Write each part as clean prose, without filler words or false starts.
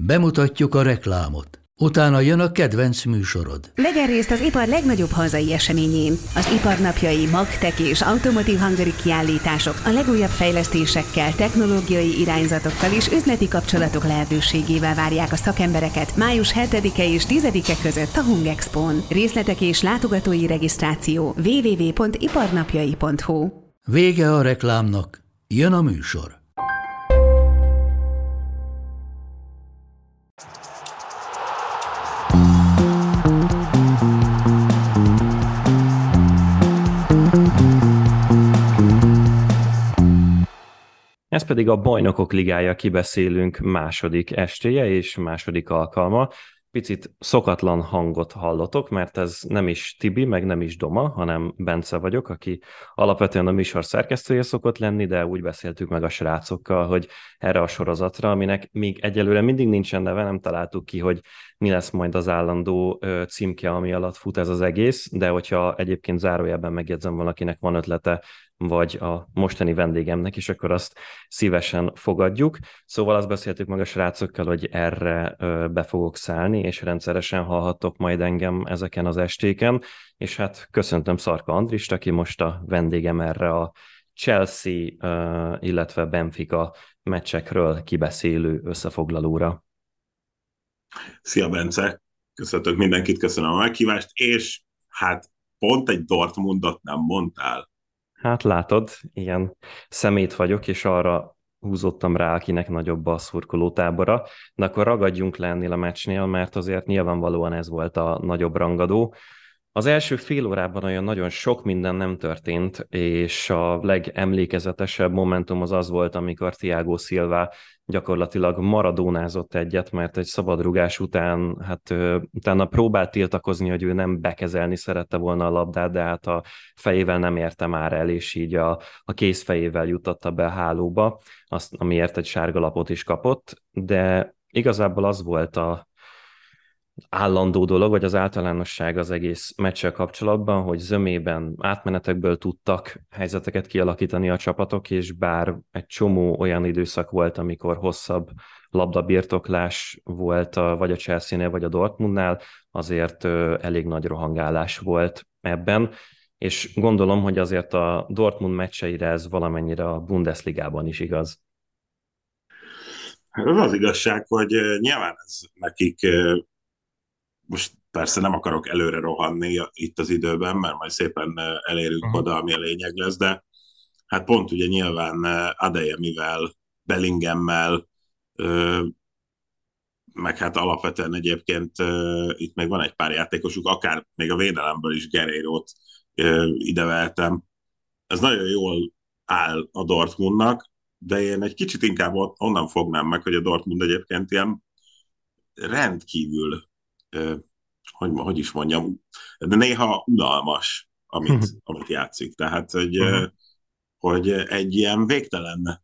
Bemutatjuk a reklámot. Utána jön a kedvenc műsorod. Vegyen részt az ipar legnagyobb hazai eseményén. Az iparnapjai, magtek és Automotive Hungary kiállítások a legújabb fejlesztésekkel, technológiai irányzatokkal és üzleti kapcsolatok lehetőségével várják a szakembereket május 7-e és 10-e között a Hungexpón. Részletek és látogatói regisztráció www.iparnapjai.hu. Vége a reklámnak, jön a műsor. Ez pedig a Bajnokok Ligája Kibeszélünk második estéje és második alkalma. Picit szokatlan hangot hallotok, mert ez nem is Tibi, meg nem is Doma, hanem Bence vagyok, aki alapvetően a műsor szerkesztője szokott lenni, de úgy beszéltük meg a srácokkal, hogy erre a sorozatra, aminek még egyelőre mindig nincsen neve, nem találtuk ki, hogy mi lesz majd az állandó címke, ami alatt fut ez az egész, de hogyha egyébként zárójelben megjegyzem valakinek van ötlete, vagy a mostani vendégemnek is, akkor azt szívesen fogadjuk. Szóval azt beszéltük meg a srácokkal, hogy erre be fogok szállni, és rendszeresen hallhattok majd engem ezeken az estéken, és hát köszöntöm Szarka Andrist, aki most a vendégem erre a Chelsea, illetve Benfica meccsekről kibeszélő összefoglalóra. Szia Bence, köszöntök mindenkit, köszönöm a meghívást, és hát pont egy Dortmundot nem mondtál. Hát látod, ilyen szemét vagyok, és arra húzottam rá, akinek nagyobb a szurkolótábora, de akkor ragadjunk le ennél a meccsnél, mert azért nyilvánvalóan ez volt a nagyobb rangadó. Az első fél órában olyan nagyon sok minden nem történt, és a legemlékezetesebb momentum az volt, amikor Thiago Silva gyakorlatilag maradónázott egyet, mert egy szabadrugás után, hát utána próbált tiltakozni, hogy ő nem bekezelni szerette volna a labdát, de hát a fejével nem érte már el, és így a kézfejével jutotta be a hálóba, azt, amiért egy sárga lapot is kapott, de igazából az volt a állandó dolog, vagy az általánosság az egész meccsel kapcsolatban, hogy zömében átmenetekből tudtak helyzeteket kialakítani a csapatok, és bár egy csomó olyan időszak volt, amikor hosszabb labdabirtoklás volt vagy a Chelsea-nél, vagy a Dortmundnál, azért elég nagy rohangálás volt ebben, és gondolom, hogy azért a Dortmund meccseire ez valamennyire a Bundesligában is igaz. Az az igazság, hogy nyilván ez nekik most persze nem akarok előre rohanni itt az időben, mert majd szépen elérünk oda, ami a lényeg lesz, de hát pont ugye nyilván Adeyemivel, Bellinghemmel, meg hát alapvetően egyébként itt még van egy pár játékosuk, akár még a védelemből is Guerreiro-t ideveltem. Ez nagyon jól áll a Dortmundnak, de én egy kicsit inkább onnan fognám meg, hogy a Dortmund egyébként ilyen rendkívül hogy is mondjam, de néha unalmas, amit játszik. Tehát, hogy egy ilyen végtelen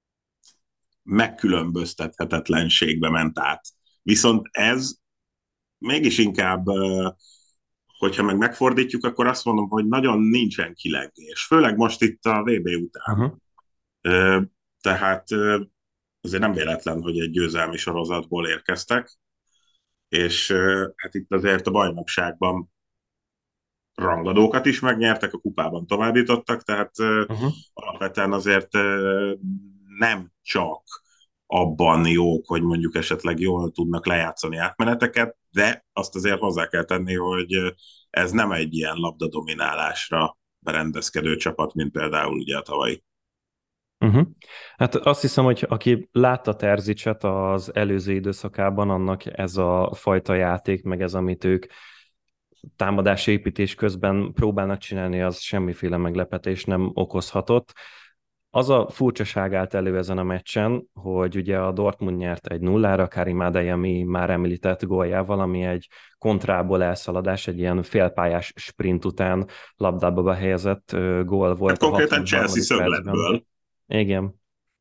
megkülönböztethetetlenségbe ment át. Viszont ez mégis inkább, hogyha megfordítjuk, akkor azt mondom, hogy nagyon nincsen kilengés. Főleg most itt a VB után. Tehát azért nem véletlen, hogy egy győzelmi sorozatból érkeztek, és hát itt azért a bajnokságban rangadókat is megnyertek, a kupában továbbítottak, tehát alapvetően azért nem csak abban jók, hogy mondjuk esetleg jól tudnak lejátszani átmeneteket, de azt azért hozzá kell tenni, hogy ez nem egy ilyen labdadominálásra berendezkedő csapat, mint például ugye a tavalyi. Hát azt hiszem, hogy aki látta Terzicset az előző időszakában, annak ez a fajta játék, meg ez, amit ők támadásépítés közben próbálnak csinálni, az semmiféle meglepetés nem okozhatott. Az a furcsaság állt elő ezen a meccsen, hogy ugye a Dortmund nyert 1-0-ra, Karim Adeyemi már említett góljával, ami egy kontrából elszaladás, egy ilyen félpályás sprint után labdába behelyezett gól volt. Hát konkrétan Chelsea szögletből. Igen.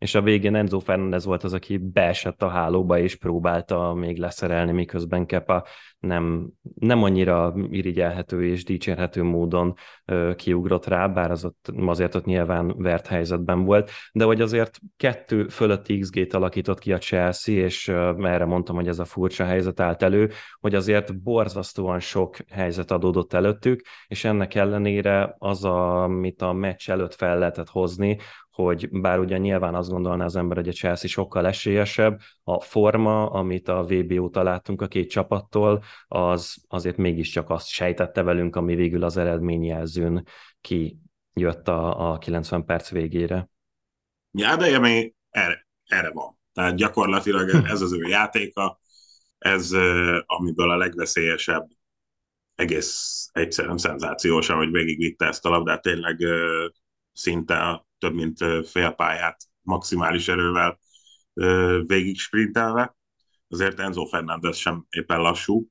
És a végén Enzo Fernández volt az, aki beesett a hálóba, és próbálta még leszerelni, miközben Kepa nem annyira irigyelhető és dicsérhető módon kiugrott rá, bár azért ott nyilván vert helyzetben volt, de hogy azért 2 fölötti XG-t alakított ki a Chelsea, és erre mondtam, hogy ez a furcsa helyzet állt elő, hogy azért borzasztóan sok helyzet adódott előttük, és ennek ellenére az, amit a meccs előtt fel lehetett hozni, hogy bár ugye nyilván azt gondolná az ember, hogy a Chelsea sokkal esélyesebb, a forma, amit a VB óta láttunk a 2 csapattól, az azért mégiscsak azt sejtette velünk, ami végül az eredményjelzőn kijött a 90 perc végére. Ja, de még erre van. Tehát gyakorlatilag ez az ő játéka, ez amiből a legveszélyesebb, egész egyszerűen szenzációs, ahogy végigvitte ezt a labdát, tényleg szinte több mint fél pályát maximális erővel végig sprintelve. Azért Enzo Fernández sem éppen lassú.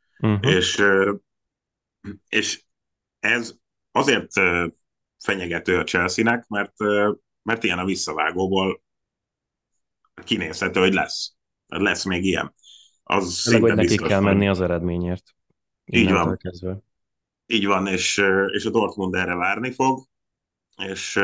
És ez azért fenyegető a Chelsea-nek, mert ilyen a visszavágóból kinézhető, hogy lesz még ilyen. Az szinte hogy nekik biztos, kell menni az eredményért. Így van. Kezdve. Így van, és a Dortmund erre várni fog, és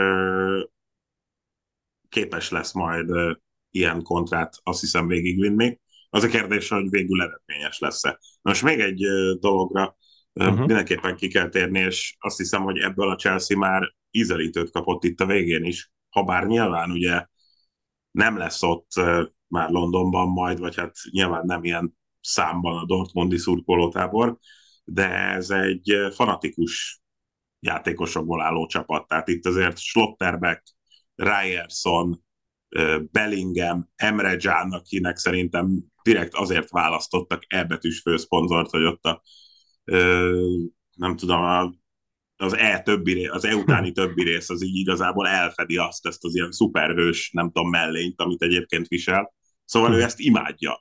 képes lesz majd ilyen kontrát, azt hiszem, végigvinni. Az a kérdés, hogy végül eredményes lesz-e. Most még egy dologra mindenképpen ki kell térni, és azt hiszem, hogy ebből a Chelsea már ízelítőt kapott itt a végén is, ha bár nyilván ugye nem lesz ott már Londonban majd, vagy hát nyilván nem ilyen számban a dortmundi szurkolótábor, de ez egy fanatikus játékosokból álló csapat. Tehát itt azért Schlotterbeck, Ryerson, Bellingham, Emre Can, akinek szerintem direkt azért választottak E-betűs főszponzort, hogy ott nem tudom, az az E utáni többi rész az így igazából elfedi ezt az ilyen szuperhős, nem tudom, mellényt, amit egyébként visel. Szóval ő ezt imádja,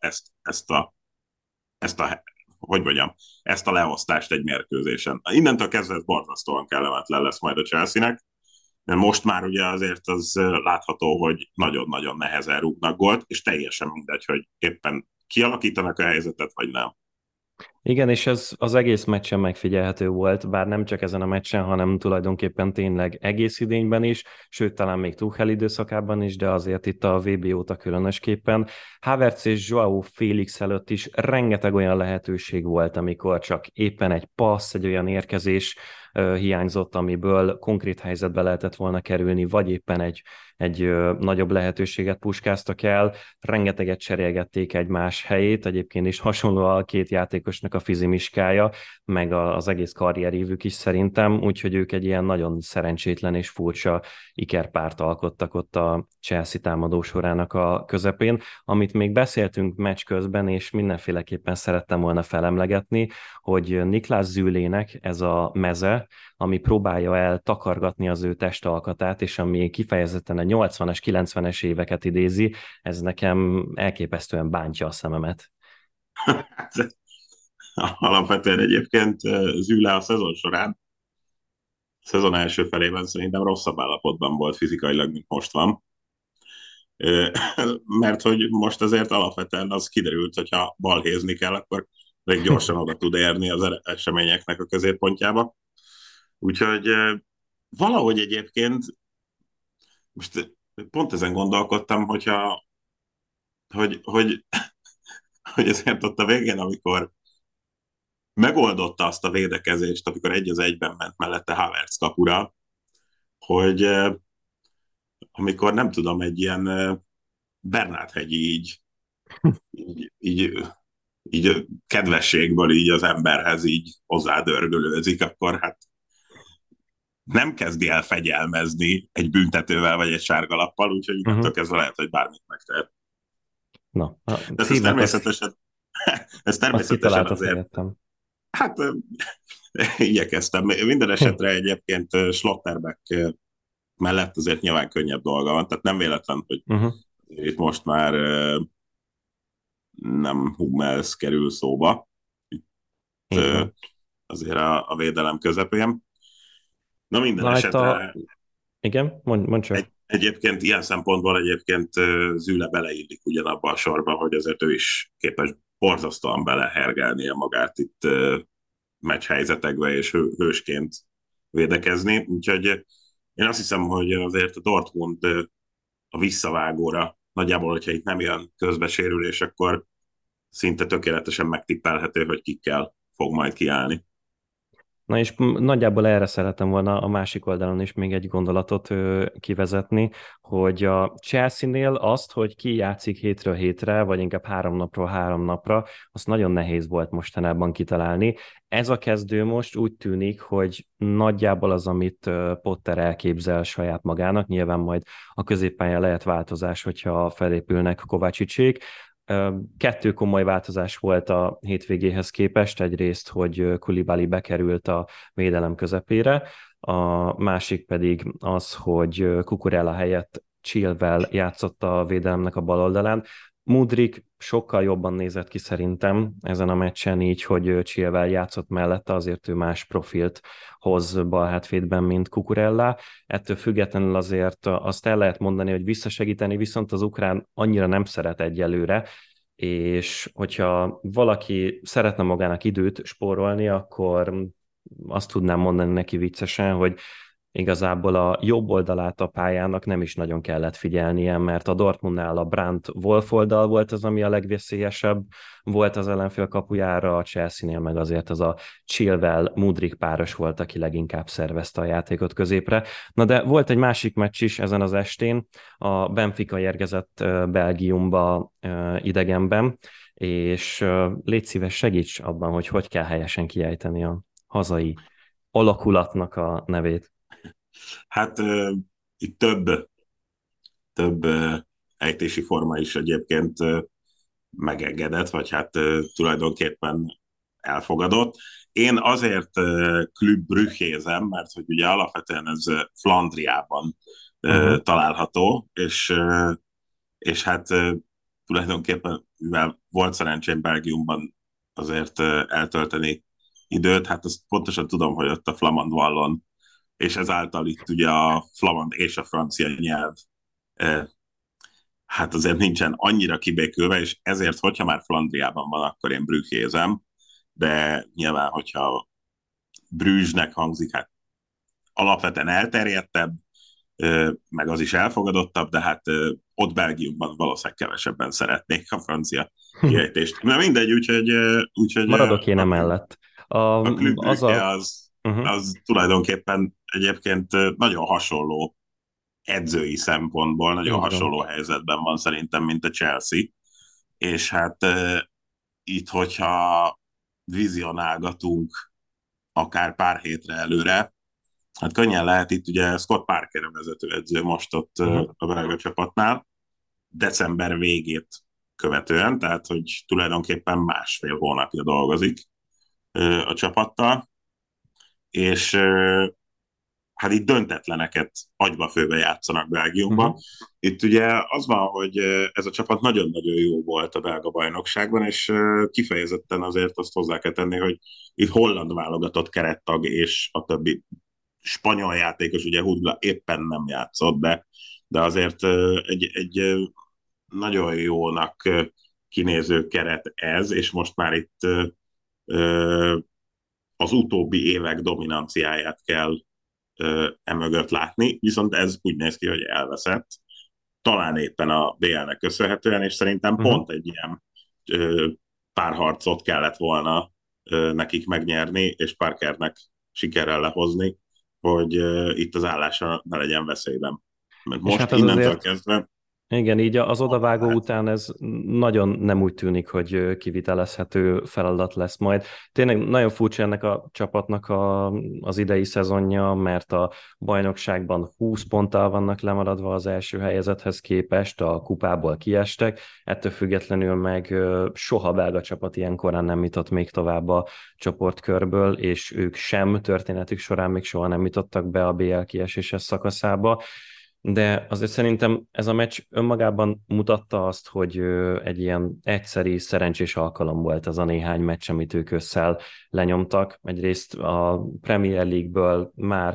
hogy mondjam, ezt a leosztást egy mérkőzésen. Innentől kezdve ez borzasztóan kellemetlen lesz majd a Chelsea-nek, mert most már ugye azért az látható, hogy nagyon-nagyon nehezen rúgnak gólt, és teljesen mindegy, hogy éppen kialakítanak a helyzetet, vagy nem. Igen, és ez az egész meccsen megfigyelhető volt, bár nem csak ezen a meccsen, hanem tulajdonképpen tényleg egész idényben is, sőt, talán még Tuchel időszakában is, de azért itt a VB óta különösképpen. Havertz és Joao Félix előtt is rengeteg olyan lehetőség volt, amikor csak éppen egy passz, egy olyan érkezés hiányzott, amiből konkrét helyzetbe lehetett volna kerülni, vagy éppen egy nagyobb lehetőséget puskáztak el, rengeteget cserélgették egymás helyét, egyébként is hasonló a 2 játékosnak a fizimiskája, meg az egész karrierévük is szerintem, úgyhogy ők egy ilyen nagyon szerencsétlen és furcsa ikerpárt alkottak ott a Chelsea támadó sorának a közepén, amit még beszéltünk meccs közben, és mindenféleképpen szerettem volna felemlegetni, hogy Niklas Zülének ez a meze, ami próbálja el takargatni az ő testalkatát, és ami kifejezetten a 80-as, 90-es éveket idézi, ez nekem elképesztően bántja a szememet. Alapvetően egyébként Züle a szezon során, szezon első felében szerintem rosszabb állapotban volt fizikailag, mint most van. Mert hogy most azért alapvetően az kiderült, hogyha balhézni kell, akkor elég gyorsan oda tud érni az eseményeknek a középpontjába. Úgyhogy valahogy egyébként most pont ezen gondolkodtam, hogy ezért ott a végén, amikor megoldotta azt a védekezést, amikor 1-1 ment mellette Havertz kapura, hogy amikor nem tudom, egy ilyen Bernát-hegyi így kedvességből így az emberhez így hozzádörgölőzik, akkor hát nem kezdi el fegyelmezni egy büntetővel vagy egy sárgalappal, úgyhogy innentől kezdve lehet, hogy bármit megtehet. Na, de ez természetesen azért... Hát igyekeztem. Minden esetre egyébként Schlotterbeck mellett azért nyilván könnyebb dolga van, tehát nem véletlen, hogy itt most már nem Hummels kerül szóba. Azért a védelem közepén. Na minden esetre... Igen, mondj csak. Egyébként ilyen szempontból egyébként Züle beleillik ugyanabba a sorba, hogy azért ő is képes borzasztóan belehergelnie magát itt meccs helyzetekbe és hősként védekezni. Úgyhogy én azt hiszem, hogy azért a Dortmund a visszavágóra nagyjából, hogyha itt nem jön közbesérülés, akkor szinte tökéletesen megtippelhető, hogy kikkel fog majd kiállni. Na és nagyjából erre szeretem volna a másik oldalon is még egy gondolatot kivezetni, hogy a Chelsea-nél azt, hogy ki játszik hétről hétre, vagy inkább 3 napról 3 napra, azt nagyon nehéz volt mostanában kitalálni. Ez a kezdő most úgy tűnik, hogy nagyjából az, amit Potter elképzel saját magának, nyilván majd a középpályán lehet változás, hogyha felépülnek Kovácsicsék. 2 komoly változás volt a hétvégéhez képest. Egyrészt, hogy Koulibaly bekerült a védelem közepére, a másik pedig az, hogy Cucurella helyett Chilwell játszott a védelemnek a bal oldalán. Mudryk sokkal jobban nézett ki szerintem ezen a meccsen, így, hogy Chilwell játszott mellette, azért ő más profilt hoz bal hátvédben, mint Cucurella. Ettől függetlenül azért azt el lehet mondani, hogy visszasegíteni, viszont az ukrán annyira nem szeret egyelőre, és hogyha valaki szeretne magának időt spórolni, akkor azt tudnám mondani neki viccesen, hogy igazából a jobb oldalát a pályának nem is nagyon kellett figyelnie, mert a Dortmundnál a Brandt-Wolf oldal volt az, ami a legveszélyesebb volt az ellenfél kapujára, a Chelsea-nél meg azért az a Chilwell-Mudryk páros volt, aki leginkább szervezte a játékot középre. Na de volt egy másik meccs is ezen az estén, a Benfica érkezett Belgiumba idegenben, és légy szíves, segíts abban, hogy hogy kell helyesen kiejteni a hazai alakulatnak a nevét. Hát itt több ejtési forma is egyébként megengedett, vagy hát tulajdonképpen elfogadott. Én azért Club Brüggézem, mert hogy ugye alapvetően ez Flandriában található, és hát tulajdonképpen, mivel volt szerencsém Belgiumban azért eltölteni időt, hát azt pontosan tudom, hogy ott a flamand vallon, és ezáltal itt ugye a flamand és a francia nyelv hát azért nincsen annyira kibékülve, és ezért, hogyha már Flandriában van, akkor én Brüggézem, de nyilván, hogyha Brüssznek hangzik, hát alapvetően elterjedtebb, meg az is elfogadottabb, de hát ott Belgiumban valószínűleg kevesebben szeretnék a francia kiejtést. Na mindegy, úgyhogy Maradok én emellett. A Club Brugge a... az tulajdonképpen egyébként nagyon hasonló edzői szempontból, nagyon Így hasonló van. helyzetben van szerintem, mint a Chelsea, és hát itt, hogyha vizionálgatunk akár pár hétre előre, hát könnyen lehet itt ugye Scott Parker a vezetőedző most ott a belga csapatnál, december végét követően, tehát hogy tulajdonképpen másfél hónapja dolgozik a csapattal, és hát itt döntetleneket agyba-főbe játszanak Belgiumban. Itt ugye az van, hogy ez a csapat nagyon-nagyon jó volt a belga bajnokságban, és kifejezetten azért azt hozzá kell tenni, hogy itt holland válogatott kerettag és a többi spanyol játékos, ugye Hudla éppen nem játszott, de azért egy nagyon jónak kinéző keret ez, és most már itt az utóbbi évek dominanciáját kell emögött látni, viszont ez úgy néz ki, hogy elveszett. Talán éppen a BL-nek köszönhetően, és szerintem pont egy ilyen párharcot kellett volna nekik megnyerni, és Parkernek sikerrel lehozni, hogy itt az állása ne legyen veszélyben. Mert most hát innentől azért... kezdve Igen, így az odavágó után ez nagyon nem úgy tűnik, hogy kivitelezhető feladat lesz majd. Tényleg nagyon furcsa ennek a csapatnak az idei szezonja, mert a bajnokságban 20 ponttal vannak lemaradva az első helyezethez képest, a kupából kiestek, ettől függetlenül meg soha belga csapat ilyen korán nem jutott még tovább a csoportkörből, és ők sem történetük során még soha nem jutottak be a BL kieséses szakaszába. De azért szerintem ez a meccs önmagában mutatta azt, hogy egy ilyen egyszeri, szerencsés alkalom volt az a néhány meccs, amit ők ősszel lenyomtak. Egyrészt a Premier League-ből már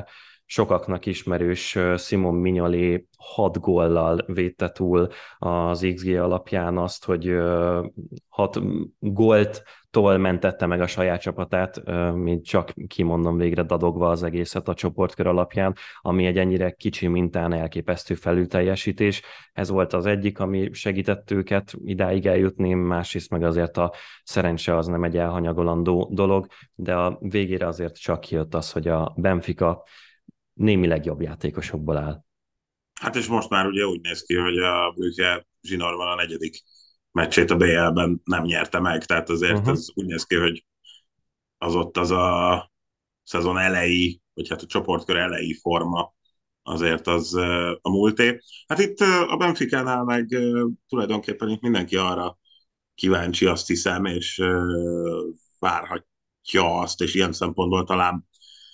sokaknak ismerős Simon Mignolet 6 góllal védte túl az XG alapján azt, hogy 6 góltól mentette meg a saját csapatát, mint csak kimondom végre dadogva az egészet a csoportkör alapján, ami egy ennyire kicsi mintán elképesztő felülteljesítés. Ez volt az egyik, ami segített őket idáig eljutni, másrészt meg azért a szerencse az nem egy elhanyagolandó dolog, de a végére azért csak kijött az, hogy a Benfica némileg jobb játékosokból áll. Hát és most már ugye úgy néz ki, hogy a Brugge zsinórban a 4. meccsét a BL-ben nem nyerte meg, tehát azért ez úgy néz ki, hogy az ott az a szezon elejé, vagy hát a csoportkör elejé forma azért az a múlté. Hát itt a Benficánál meg tulajdonképpen itt mindenki arra kíváncsi, azt hiszem, és várhatja azt, és ilyen szempontból talán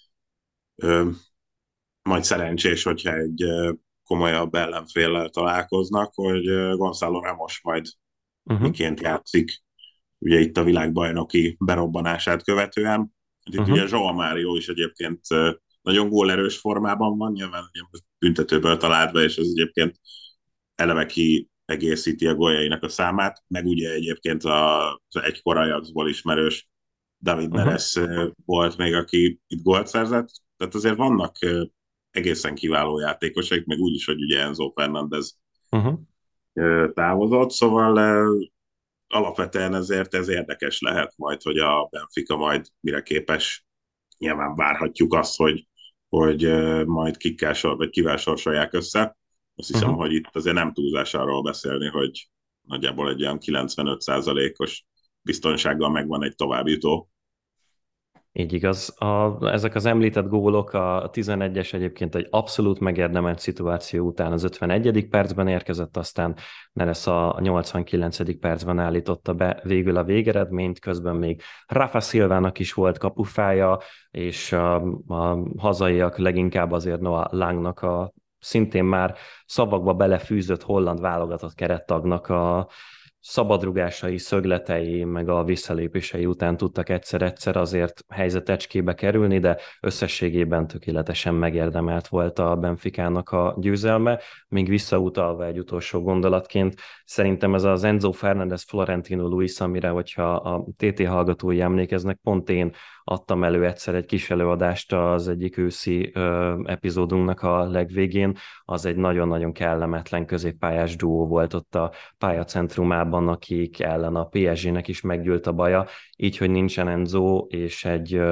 majd szerencsés, hogyha egy komolyabb ellenféllel találkoznak, hogy Gonzalo Ramos majd miként játszik, ugye itt a világbajnoki berobbanását követően. Itt ugye João Mário is egyébként nagyon gólerős formában van, nyilván ugye most büntetőből talált be, és ez egyébként eleve kiegészíti a góljainak a számát, meg ugye egyébként az egykor Ajaxból ismerős David Neres volt még, aki itt gólt szerzett, tehát azért vannak egészen kiváló játékosok, meg úgy is, hogy ugye Enzo Fernández távozott, szóval alapvetően ezért ez érdekes lehet majd, hogy a Benfica majd mire képes. Nyilván várhatjuk azt, hogy majd kivel sorsolják össze. Azt hiszem, hogy itt azért nem túlzás arról beszélni, hogy nagyjából egy olyan 95%-os biztonsággal megvan egy továbbjutó. Így igaz. Ezek az említett gólok, a 11-es egyébként egy abszolút megérdemelt szituáció után az 51. percben érkezett, aztán Neres a 89. percben állította be végül a végeredményt, közben még Rafa Silvának is volt kapufája, és a hazaiak leginkább azért Noah Langnak a szintén már szavakba belefűzött holland válogatott kerettagnak a szabadrugásai, szögletei, meg a visszalépései után tudtak egyszer-egyszer azért helyzetecskébe kerülni, de összességében tökéletesen megérdemelt volt a Benficának a győzelme. Még visszautalva egy utolsó gondolatként, szerintem ez az Enzo Fernández Florentino Luis, amire, hogyha a TT hallgatói emlékeznek, pont én adtam elő egyszer egy kis előadást az egyik őszi epizódunknak a legvégén, az egy nagyon-nagyon kellemetlen középpályás duó volt ott a pályacentrumában, akik ellen a PSG-nek is meggyűlt a baja, így, hogy nincsen Enzo, és egy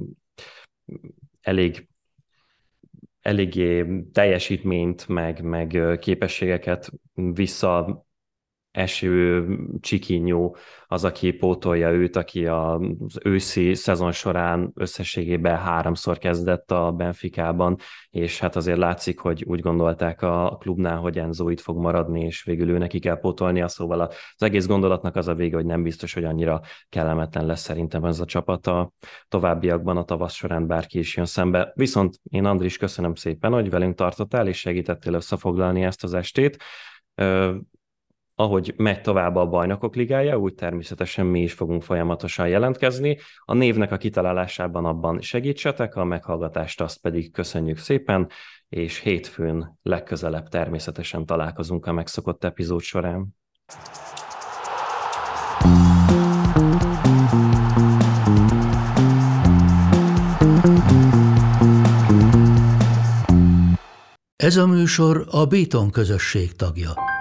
eléggé teljesítményt, meg képességeket eső Csikinyó az, aki pótolja őt, aki az őszi szezon során összességében 3-szor kezdett a Benficában, és hát azért látszik, hogy úgy gondolták a klubnál, hogy Enzo itt fog maradni, és végül ő neki kell pótolnia, szóval az egész gondolatnak az a vége, hogy nem biztos, hogy annyira kellemetlen lesz szerintem ez a csapat a továbbiakban, a tavasz során bárki is jön szembe. Viszont én, Andris, köszönöm szépen, hogy velünk tartottál, és segítettél összefoglalni ezt az estét. Ahogy megy tovább a Bajnokok Ligája, úgy természetesen mi is fogunk folyamatosan jelentkezni. A névnek a kitalálásában abban segítsetek, a meghallgatást azt pedig köszönjük szépen, és hétfőn legközelebb természetesen találkozunk a megszokott epizód során. Ez a műsor a Béton közösség tagja.